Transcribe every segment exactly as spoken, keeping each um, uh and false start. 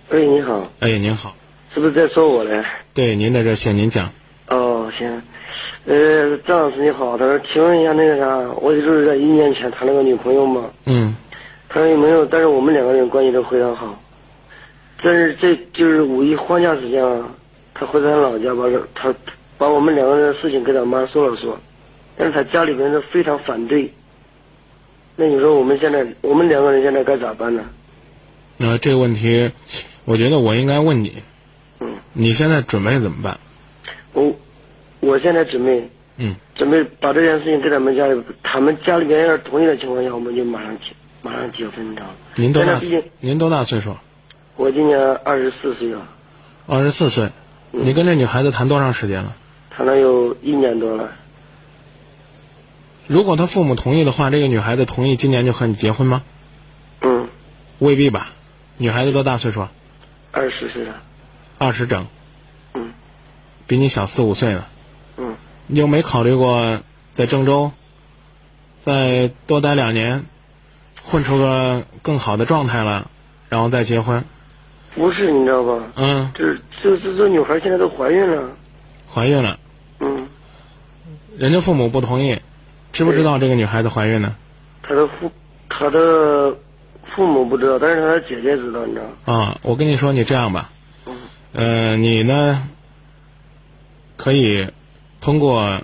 喂，你好。 哎，您好。 是不是在说我嘞？ 对，您的热线，您讲。 哦，行。呃，张老师你好，他说，请问一下那个啥，我就是在一年前谈了个女朋友嘛。 嗯。 他说有没有？但是我们两个人关系都非常好。但是这就是五一放假时间啊，他回他老家把他把我们两个人的事情给他妈说了说，但是他家里人都非常反对。那你说我们现在我们两个人现在该咋办呢？ 那、呃、这个问题，我觉得我应该问你。 嗯。 你现在准备怎么办？ 我我现在准备。 嗯。 准备把这件事情给他们家里，他们家里边要是同意的情况下，我们就马上结，马上结婚，你知道吗？ 您多大？您多大岁数？ 我今年二十四岁了。 二十四岁。嗯。你跟这女孩子谈多长时间了？ 谈了有一年多了。 如果他父母同意的话，这个女孩子同意今年就和你结婚吗？ 嗯。 未必吧。女孩子多大岁数？ 二十岁了。 二十整。 嗯。 比你小四五岁呢。 嗯。 你有没考虑过在郑州再多待两年，混出个更好的状态了，然后再结婚？ 不是，你知道吧？ 嗯。 就是就是这女孩现在都怀孕了。 怀孕了。 嗯。 人家父母不同意，知不知道这个女孩子怀孕呢？ 她的父她的父母不知道，但是她的姐姐知道，你知道。 啊，我跟你说，你这样吧。 嗯。 呃，你呢可以通过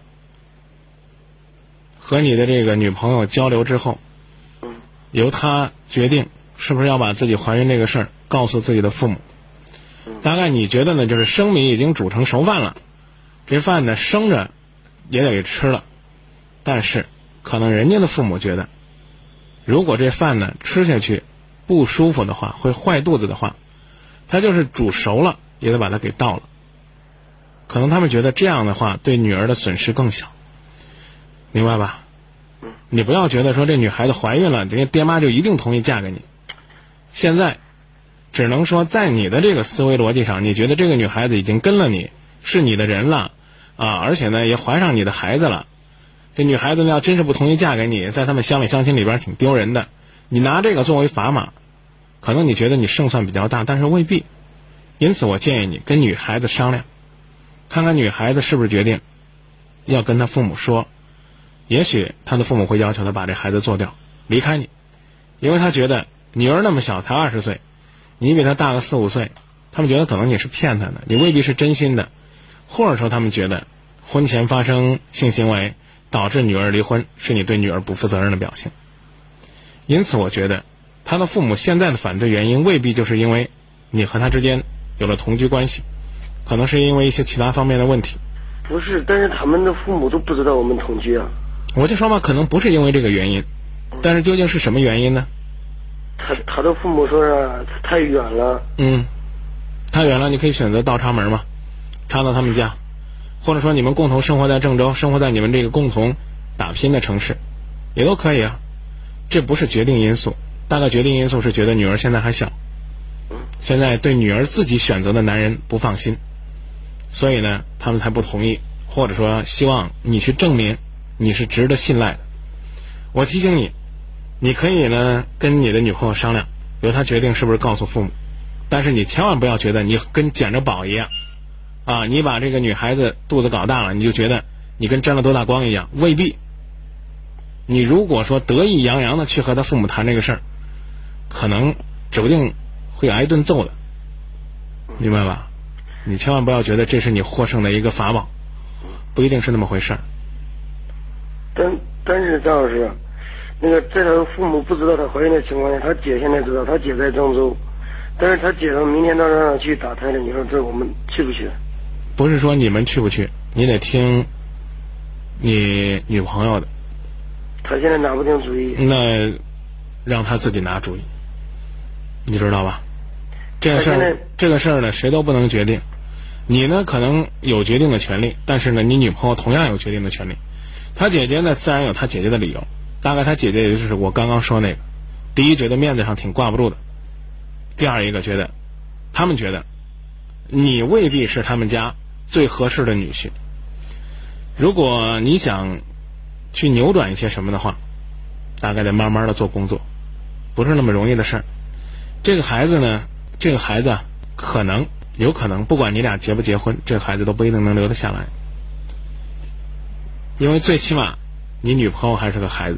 和你的这个女朋友交流之后， 嗯， 由她决定是不是要把自己怀孕这个事儿告诉自己的父母。 嗯。 大概你觉得呢？就是生米已经煮成熟饭了，这饭呢生着也得给吃了，但是可能人家的父母觉得，如果这饭呢吃下去不舒服的话，会坏肚子的话，他就是煮熟了也得把它给倒了。可能他们觉得这样的话对女儿的损失更小，明白吧？你不要觉得说这女孩子怀孕了，人家爹妈就一定同意嫁给你。现在只能说在你的这个思维逻辑上，你觉得这个女孩子已经跟了你，是你的人了啊，而且呢也怀上你的孩子了。这女孩子呢要真是不同意嫁给你，在他们乡里乡亲里边挺丢人的。你拿这个作为砝码，可能你觉得你胜算比较大，但是未必。因此我建议你跟女孩子商量，看看女孩子是不是决定要跟她父母说。也许她的父母会要求她把这孩子做掉，离开你，因为她觉得女儿那么小，才二十岁，你比她大个四五岁，他们觉得可能你是骗她的，你未必是真心的，或者说他们觉得婚前发生性行为导致女儿离婚，是你对女儿不负责任的表现。因此我觉得她的父母现在的反对原因未必就是因为你和她之间有了同居关系，可能是因为一些其他方面的问题。 不是，但是他们的父母都不知道我们同居啊。 我就说嘛，可能不是因为这个原因，但是究竟是什么原因呢？ 他他的父母说是太远了。 嗯，太远了，你可以选择倒插门嘛，插到他们家，或者说你们共同生活在郑州，生活在你们这个共同打拼的城市，也都可以啊。这不是决定因素，大概决定因素是觉得女儿现在还小，现在对女儿自己选择的男人不放心，所以呢他们才不同意，或者说希望你去证明你是值得信赖的。我提醒你，你可以呢跟你的女朋友商量，由她决定是不是告诉父母，但是你千万不要觉得你跟捡着宝一样啊，你把这个女孩子肚子搞大了，你就觉得你跟沾了多大光一样，未必。你如果说得意洋洋的去和他父母谈这个事儿，可能指不定会挨顿揍的，明白吧？你千万不要觉得这是你获胜的一个法宝，不一定是那么回事儿。 但但是张老师，那个在他的父母不知道他怀孕的情况下，他姐现在知道，他姐在郑州，但是他姐说明天到让他去打胎了，你说这我们去不去？ 不是说你们去不去，你得听你女朋友的。 他现在拿不定主意。 那让他自己拿主意，你知道吧？这个事儿，这个事儿呢，谁都不能决定。你呢，可能有决定的权利，但是呢，你女朋友同样有决定的权利。他姐姐呢，自然有他姐姐的理由。大概他姐姐也就是我刚刚说那个，第一，觉得面子上挺挂不住的；第二一个，觉得他们觉得你未必是他们家最合适的女婿。如果你想去扭转一些什么的话，大概得慢慢的做工作，不是那么容易的事儿。这个孩子呢，这个孩子啊， 可能有可能不管你俩结不结婚，这孩子都不一定能留得下来，因为最起码你女朋友还是个孩子，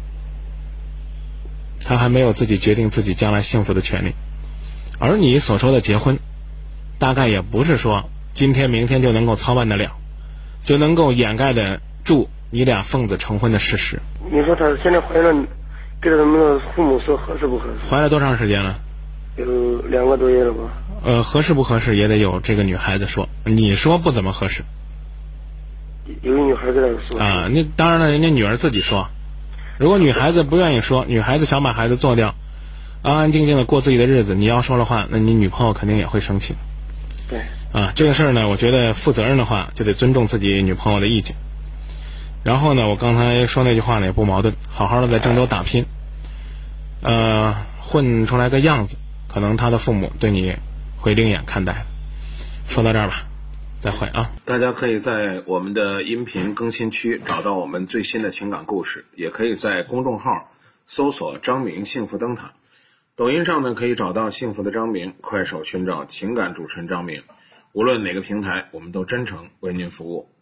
她还没有自己决定自己将来幸福的权利。而你所说的结婚，大概也不是说今天明天就能够操办得了，就能够掩盖得住你俩奉子成婚的事实。 你说她现在怀了，给他们的父母说合适不合适？ 怀了多长时间了？ 有两个多月了吧。 呃，合适不合适也得有这个女孩子说，你说不怎么合适。 有个女孩跟他说啊，那当然了，人家女儿自己说。如果女孩子不愿意说，女孩子想把孩子做掉，安安静静的过自己的日子，你要说的话，那你女朋友肯定也会生气。 对。 啊，这个事儿呢，我觉得负责任的话，就得尊重自己女朋友的意见。然后呢，我刚才说那句话呢也不矛盾，好好的在郑州打拼，呃，混出来个样子，可能他的父母对你会另眼看待。说到这儿吧，再会啊！ 大家可以在我们的音频更新区找到我们最新的情感故事，也可以在公众号搜索张明幸福灯塔，抖音上呢可以找到幸福的张明，快手寻找情感主持人张明。无论哪个平台，我们都真诚为您服务。